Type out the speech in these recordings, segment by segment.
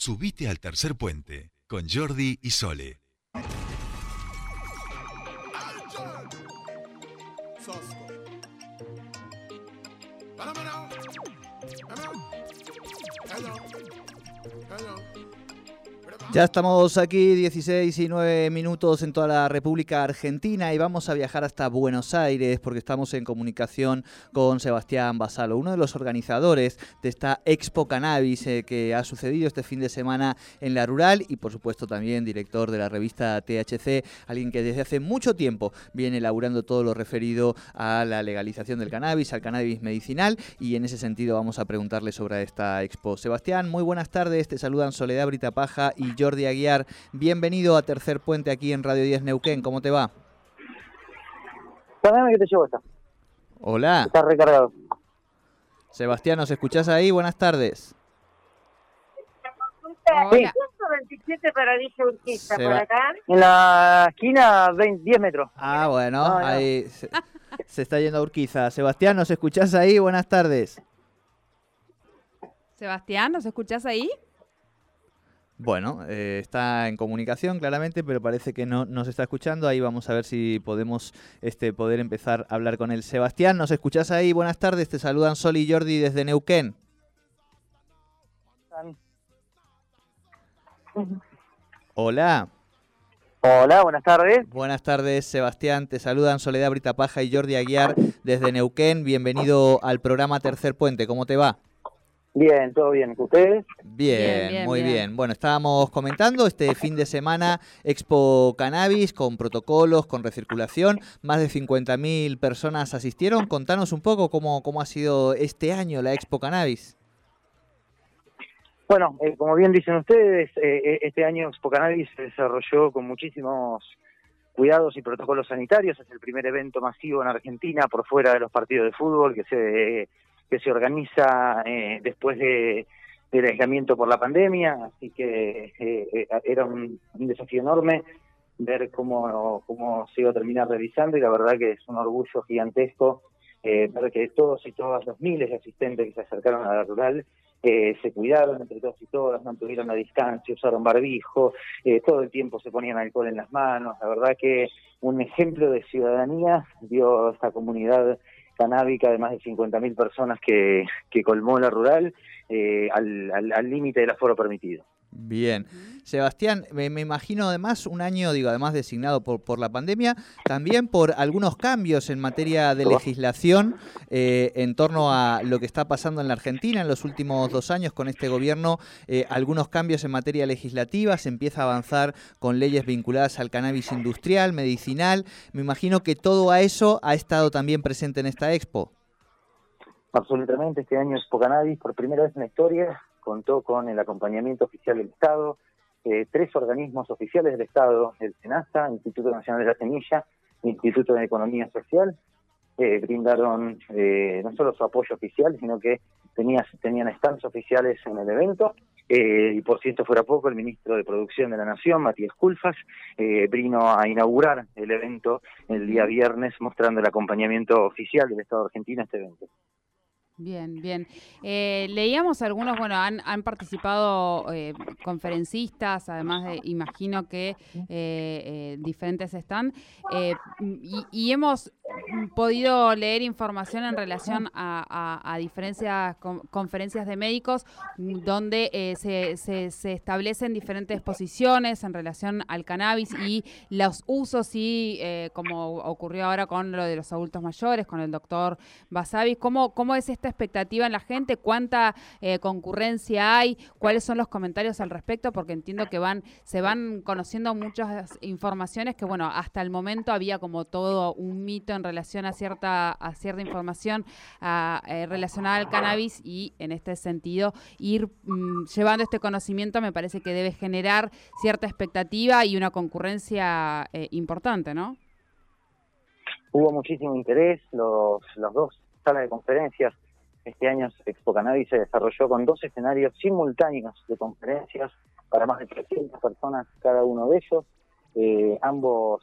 Subite al tercer puente con Jordi y Sole. Ya estamos aquí, 16 y 9 minutos en toda la República Argentina, y vamos a viajar hasta Buenos Aires porque estamos en comunicación con Sebastián Basalo, uno de los organizadores de esta Expo Cannabis que ha sucedido este fin de semana en La Rural, y por supuesto también director de la revista THC, alguien que desde hace mucho tiempo viene elaborando todo lo referido a la legalización del cannabis, al cannabis medicinal, y en ese sentido vamos a preguntarle sobre esta Expo. Sebastián, muy buenas tardes, te saludan Soledad Britapaja y Jordi Aguiar. Bienvenido a Tercer Puente aquí en Radio 10 Neuquén. ¿Cómo te va? Dame que te llevo esta. Hola. Está recargado. Sebastián, ¿nos escuchás ahí? Buenas tardes. Sí. 127 para Villa Urquiza, por acá. En la esquina, 10 metros. Ah, bueno, No. ahí se está yendo a Urquiza. Sebastián, ¿nos escuchás ahí? Buenas tardes. Sebastián, ¿nos escuchás ahí? Bueno, está en comunicación claramente, pero parece que no nos está escuchando. Ahí vamos a ver si podemos poder empezar a hablar con él. Sebastián, ¿nos escuchás ahí? Buenas tardes, te saludan Sol y Jordi desde Neuquén. Hola. Hola, buenas tardes. Buenas tardes, Sebastián. Te saludan Soledad Britapaja y Jordi Aguiar desde Neuquén. Bienvenido al programa Tercer Puente. ¿Cómo te va? Bien, todo bien. ¿Ustedes? Bien, muy bien. Bueno, estábamos comentando este fin de semana Expo Cannabis con protocolos, con recirculación. Más de 50.000 personas asistieron. Contanos un poco cómo ha sido este año la Expo Cannabis. Bueno, como bien dicen ustedes, este año Expo Cannabis se desarrolló con muchísimos cuidados y protocolos sanitarios. Es el primer evento masivo en Argentina por fuera de los partidos de fútbol que se organiza después del aislamiento por la pandemia, así que era un desafío enorme ver cómo se iba a terminar realizando, y la verdad que es un orgullo gigantesco ver que todos y todas los miles de asistentes que se acercaron a La Rural se cuidaron entre todos y todas, mantuvieron la distancia, usaron barbijo, todo el tiempo se ponían alcohol en las manos. La verdad que un ejemplo de ciudadanía dio esta comunidad canábica de más de 50.000 personas que colmó La Rural al límite del aforo permitido. Bien. Sebastián, me imagino además un año, además designado por la pandemia, también por algunos cambios en materia de legislación en torno a lo que está pasando en la Argentina en los últimos 2 años con este gobierno, algunos cambios en materia legislativa, se empieza a avanzar con leyes vinculadas al cannabis industrial, medicinal. Me imagino que todo eso ha estado también presente en esta Expo. Absolutamente, este año Expo Cannabis, por primera vez en la historia, contó con el acompañamiento oficial del Estado, 3 organismos oficiales del Estado, el SENASA, Instituto Nacional de la Semilla, Instituto de Economía Social, brindaron no solo su apoyo oficial, sino que tenían stands oficiales en el evento, y por si esto fuera poco, el ministro de Producción de la Nación, Matías Culfas, vino a inaugurar el evento el día viernes, mostrando el acompañamiento oficial del Estado argentino a este evento. Bien, bien. Leíamos algunos, han participado conferencistas, además de, imagino que diferentes están, y hemos podido leer información en relación a diferentes conferencias de médicos donde se establecen diferentes posiciones en relación al cannabis y los usos, y como ocurrió ahora con lo de los adultos mayores, con el doctor Basavi. ¿Cómo es esta expectativa en la gente? ¿Cuánta concurrencia hay? ¿Cuáles son los comentarios al respecto? Porque entiendo que se van conociendo muchas informaciones que, hasta el momento había como todo un mito en relación a cierta información relacionada al cannabis, y en este sentido ir llevando este conocimiento me parece que debe generar cierta expectativa y una concurrencia importante, ¿no? Hubo muchísimo interés, los 2 salas de conferencias. Este año Expo Cannabis se desarrolló con 2 escenarios simultáneos de conferencias para más de 300 personas cada uno de ellos.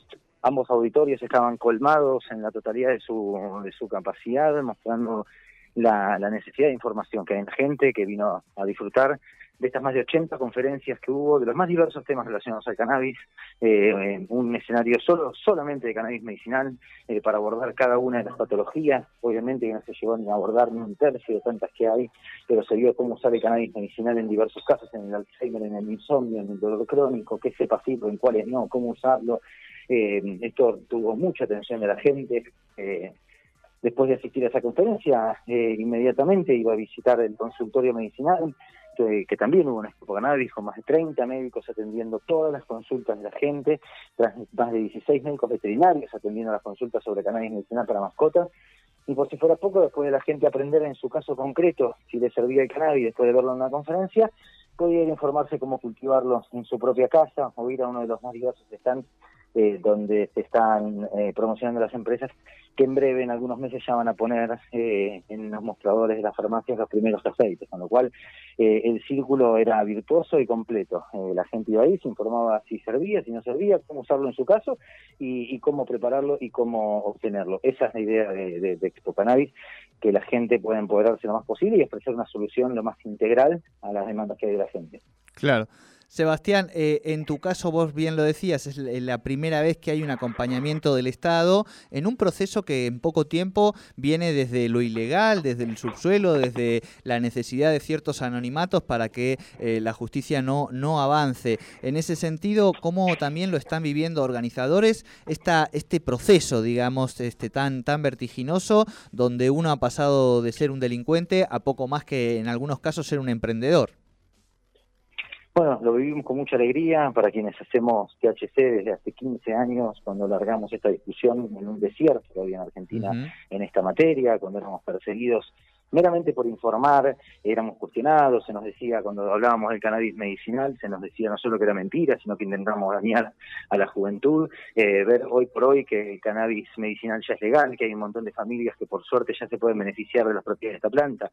Ambos auditorios estaban colmados en la totalidad de su capacidad, mostrando la necesidad de información que hay en la gente que vino a disfrutar de estas más de 80 conferencias que hubo, de los más diversos temas relacionados al cannabis, un escenario solamente de cannabis medicinal, para abordar cada una de las patologías. Obviamente que no se llegó ni a abordar ni un tercio de tantas que hay, pero se vio cómo usar el cannabis medicinal en diversos casos, en el Alzheimer, en el insomnio, en el dolor crónico, qué cepas sirve, en cuáles no, cómo usarlo. Esto tuvo mucha atención de la gente. Después de asistir a esa conferencia, inmediatamente iba a visitar el consultorio medicinal, que también hubo en Expo Cannabis, con más de 30 médicos atendiendo todas las consultas de la gente, más de 16 médicos veterinarios atendiendo las consultas sobre cannabis medicinal para mascotas. Y por si fuera poco, después de la gente aprender en su caso concreto si le servía el cannabis después de verlo en una conferencia, podía ir a informarse cómo cultivarlo en su propia casa o ir a uno de los más diversos stands donde se están promocionando las empresas que en breve, en algunos meses, ya van a poner en los mostradores de las farmacias los primeros aceites, con lo cual el círculo era virtuoso y completo. La gente iba ahí, se informaba si servía, si no servía, cómo usarlo en su caso y cómo prepararlo y cómo obtenerlo. Esa es la idea de Expo Cannabis, que la gente pueda empoderarse lo más posible y ofrecer una solución lo más integral a las demandas que hay de la gente. Claro. Sebastián, en tu caso vos bien lo decías, es la primera vez que hay un acompañamiento del Estado en un proceso que en poco tiempo viene desde lo ilegal, desde el subsuelo, desde la necesidad de ciertos anonimatos para que la justicia no avance. En ese sentido, ¿cómo también lo están viviendo organizadores este proceso, digamos, tan vertiginoso, donde uno ha pasado de ser un delincuente a poco más que en algunos casos ser un emprendedor? Bueno, lo vivimos con mucha alegría para quienes hacemos THC desde hace 15 años, cuando largamos esta discusión en un desierto que había en Argentina en esta materia, cuando éramos perseguidos meramente por informar, éramos cuestionados, se nos decía, cuando hablábamos del cannabis medicinal, se nos decía no solo que era mentira, sino que intentamos dañar a la juventud. Ver hoy por hoy que el cannabis medicinal ya es legal, que hay un montón de familias que por suerte ya se pueden beneficiar de las propiedades de esta planta,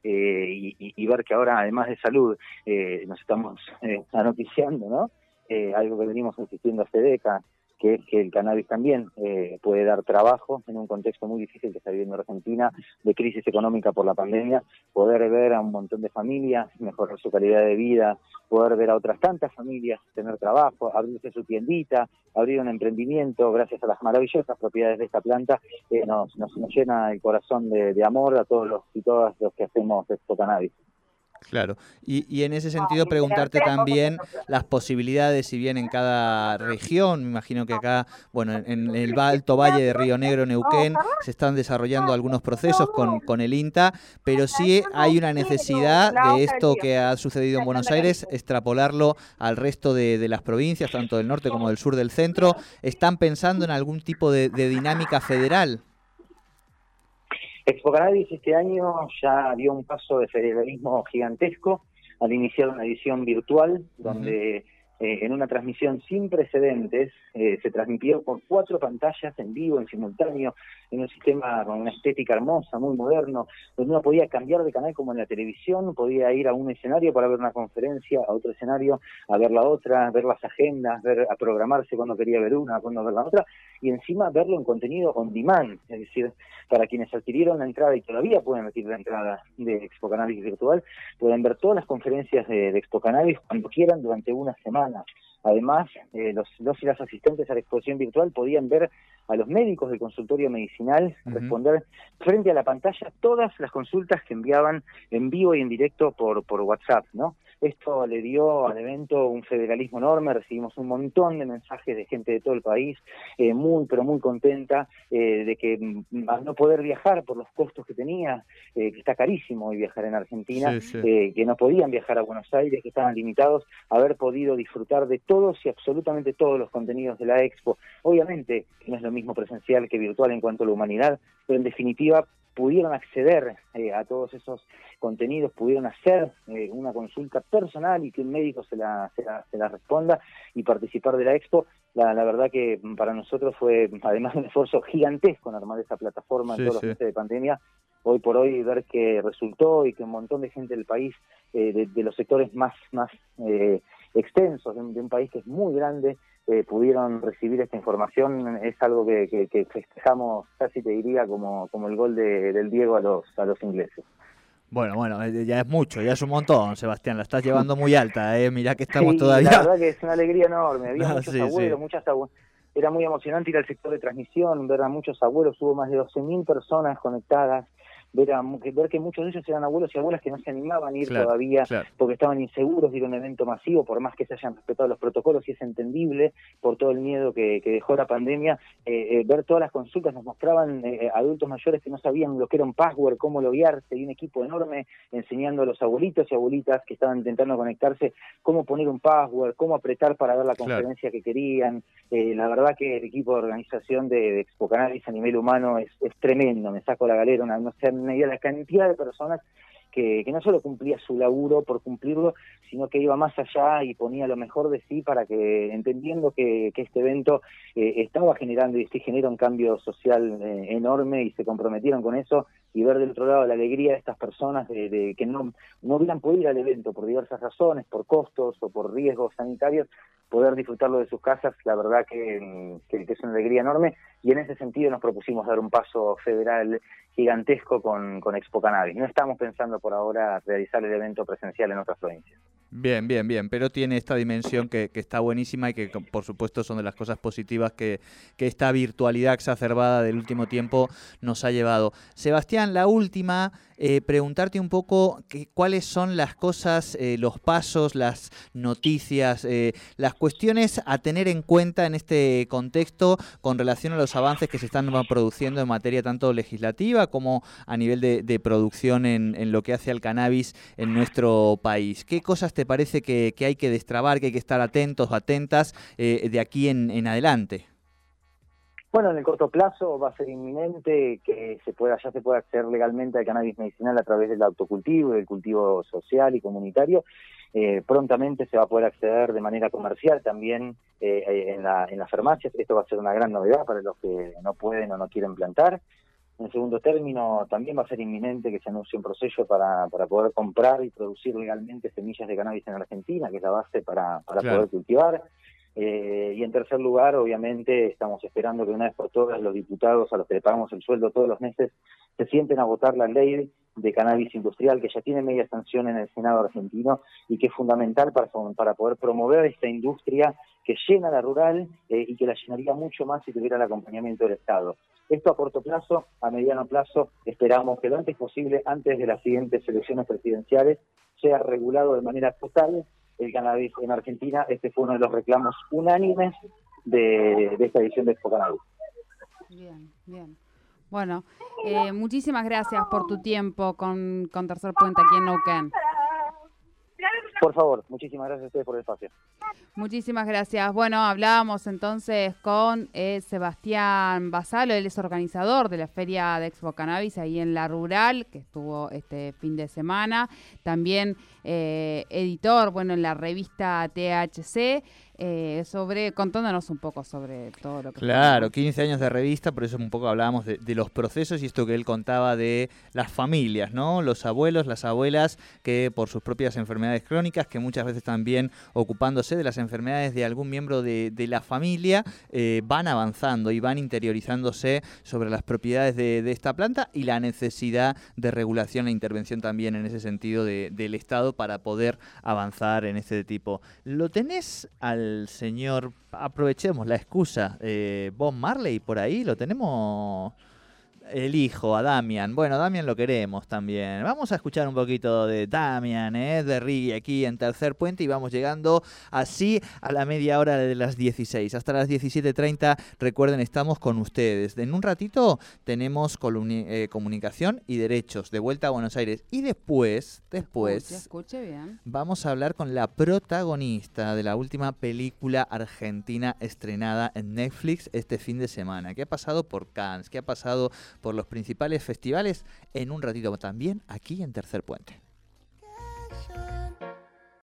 y ver que ahora, además de salud, nos estamos anoticiando, ¿no? Algo que venimos insistiendo hace décadas, que es que el cannabis también puede dar trabajo en un contexto muy difícil que está viviendo Argentina, de crisis económica por la pandemia, poder ver a un montón de familias mejorar su calidad de vida, poder ver a otras tantas familias tener trabajo, abrirse su tiendita, abrir un emprendimiento gracias a las maravillosas propiedades de esta planta, nos llena el corazón de amor a todos los y todas los que hacemos Expo Cannabis. Claro, y en ese sentido preguntarte también las posibilidades, si bien en cada región, me imagino que acá, bueno, en el Alto Valle de Río Negro, Neuquén, se están desarrollando algunos procesos con el INTA, pero sí hay una necesidad de esto que ha sucedido en Buenos Aires, extrapolarlo al resto de las provincias, tanto del norte como del sur del centro. ¿Están pensando en algún tipo de dinámica federal? Expo Cannabis este año ya dio un paso de federalismo gigantesco al iniciar una edición virtual donde en una transmisión sin precedentes se transmitió por 4 pantallas en vivo, en simultáneo, en un sistema con una estética hermosa, muy moderno, donde uno podía cambiar de canal como en la televisión, podía ir a un escenario para ver una conferencia, a otro escenario a ver la otra, ver las agendas, a programarse cuando quería ver una, cuando ver la otra, y encima verlo en contenido on demand, es decir, para quienes adquirieron la entrada y todavía pueden adquirir la entrada de Expo Cannabis virtual, pueden ver todas las conferencias de Expo Cannabis cuando quieran durante una semana. Además, los y las asistentes a la exposición virtual podían ver a los médicos del consultorio medicinal responder frente a la pantalla todas las consultas que enviaban en vivo y en directo por WhatsApp, ¿no? Esto le dio al evento un federalismo enorme, recibimos un montón de mensajes de gente de todo el país, muy pero muy contenta de que al no poder viajar por los costos que tenía, que está carísimo hoy viajar en Argentina, que no podían viajar a Buenos Aires, que estaban limitados, haber podido disfrutar de todos y absolutamente todos los contenidos de la Expo. Obviamente no es lo mismo presencial que virtual en cuanto a la humanidad, pero en definitiva pudieron acceder a todos esos contenidos, pudieron hacer una consulta personal y que un médico se la responda y participar de la Expo. La verdad que para nosotros fue, además de un esfuerzo gigantesco en armar esa plataforma en todos los meses de pandemia, hoy por hoy ver que resultó y que un montón de gente del país, de los sectores más extensos de un país que es muy grande, pudieron recibir esta información. Es algo que festejamos, casi te diría, como el gol del Diego a los ingleses. Bueno, ya es mucho, ya es un montón, Sebastián, la estás llevando muy alta, mirá que estamos Sí, todavía... la verdad que es una alegría enorme, había muchos sí, abuelos, sí. muchas abuelas. Era muy emocionante ir al sector de transmisión, ver a muchos abuelos, hubo más de 12.000 personas conectadas, ver que muchos de ellos eran abuelos y abuelas que no se animaban a ir todavía porque estaban inseguros de ir a un evento masivo, por más que se hayan respetado los protocolos, y es entendible por todo el miedo que dejó la pandemia. Ver todas las consultas, nos mostraban adultos mayores que no sabían lo que era un password, cómo loguearse, y un equipo enorme enseñando a los abuelitos y abuelitas que estaban intentando conectarse cómo poner un password, cómo apretar para ver la conferencia que querían. La verdad que el equipo de organización de Expo Cannabis a nivel humano es tremendo, me saco la galera, no sé, una idea de la cantidad de personas que no solo cumplía su laburo por cumplirlo, sino que iba más allá y ponía lo mejor de sí para que, entendiendo que este evento estaba generando y sí genera un cambio social enorme, y se comprometieron con eso, y ver del otro lado la alegría de estas personas de que no hubieran podido ir al evento por diversas razones, por costos o por riesgos sanitarios, poder disfrutarlo de sus casas, la verdad que es una alegría enorme, y en ese sentido nos propusimos dar un paso federal gigantesco con Expo Cannabis. No estamos pensando por ahora realizar el evento presencial en otras provincias. Bien, pero tiene esta dimensión que está buenísima y que por supuesto son de las cosas positivas que esta virtualidad exacerbada del último tiempo nos ha llevado. Sebastián, la última, preguntarte un poco cuáles son las cosas, los pasos, las noticias, las cuestiones a tener en cuenta en este contexto con relación a los avances que se están produciendo en materia tanto legislativa como a nivel de producción en lo que hace al cannabis en nuestro país. ¿Qué cosas te parece que hay que destrabar, que hay que estar atentos o atentas de aquí en adelante? Bueno, en el corto plazo va a ser inminente que ya se pueda acceder legalmente al cannabis medicinal a través del autocultivo y del cultivo social y comunitario. Prontamente se va a poder acceder de manera comercial también en las farmacias. Esto va a ser una gran novedad para los que no pueden o no quieren plantar. En segundo término, también va a ser inminente que se anuncie un proceso para poder comprar y producir legalmente semillas de cannabis en Argentina, que es la base para poder cultivar. Y en tercer lugar, obviamente, estamos esperando que una vez por todas los diputados a los que le pagamos el sueldo todos los meses se sienten a votar la ley de cannabis industrial, que ya tiene media sanción en el Senado argentino y que es fundamental para poder promover esta industria que llena la rural y que la llenaría mucho más si tuviera el acompañamiento del Estado. Esto a corto plazo. A mediano plazo esperamos que lo antes posible, antes de las siguientes elecciones presidenciales, sea regulado de manera total el cannabis en Argentina. Este fue uno de los reclamos unánimes de esta edición de Expo Cannabis. Bien. Bueno, muchísimas gracias por tu tiempo con Tercer Puente aquí en Neuquén. Por favor, muchísimas gracias a ustedes por el espacio. Muchísimas gracias. Bueno, hablábamos entonces con Sebastián Basalo, él es organizador de la Feria de Expo Cannabis ahí en La Rural, que estuvo este fin de semana. También editor, en la revista THC, contándonos un poco sobre todo lo que... Claro, 15 años de revista, por eso un poco hablábamos de los procesos y esto que él contaba de las familias, ¿no? Los abuelos, las abuelas, que por sus propias enfermedades crónicas, que muchas veces también ocupándose de las enfermedades de algún miembro de la familia, van avanzando y van interiorizándose sobre las propiedades de esta planta y la necesidad de regulación e intervención también en ese sentido del Estado para poder avanzar en este tipo. ¿Lo tenés al señor, aprovechemos la excusa, Bob Marley por ahí? ¿Lo tenemos? El hijo, a Damian. Bueno, Damian lo queremos también. Vamos a escuchar un poquito de Damian, de Reggae aquí en Tercer Puente, y vamos llegando así a la media hora de las 16. Hasta las 17:30, recuerden, estamos con ustedes. En un ratito tenemos comunicación y derechos de vuelta a Buenos Aires. Y después escuche bien, vamos a hablar con la protagonista de la última película argentina estrenada en Netflix este fin de semana, que ha pasado por Cannes, que ha pasado por los principales festivales. En un ratito también aquí en Tercer Puente.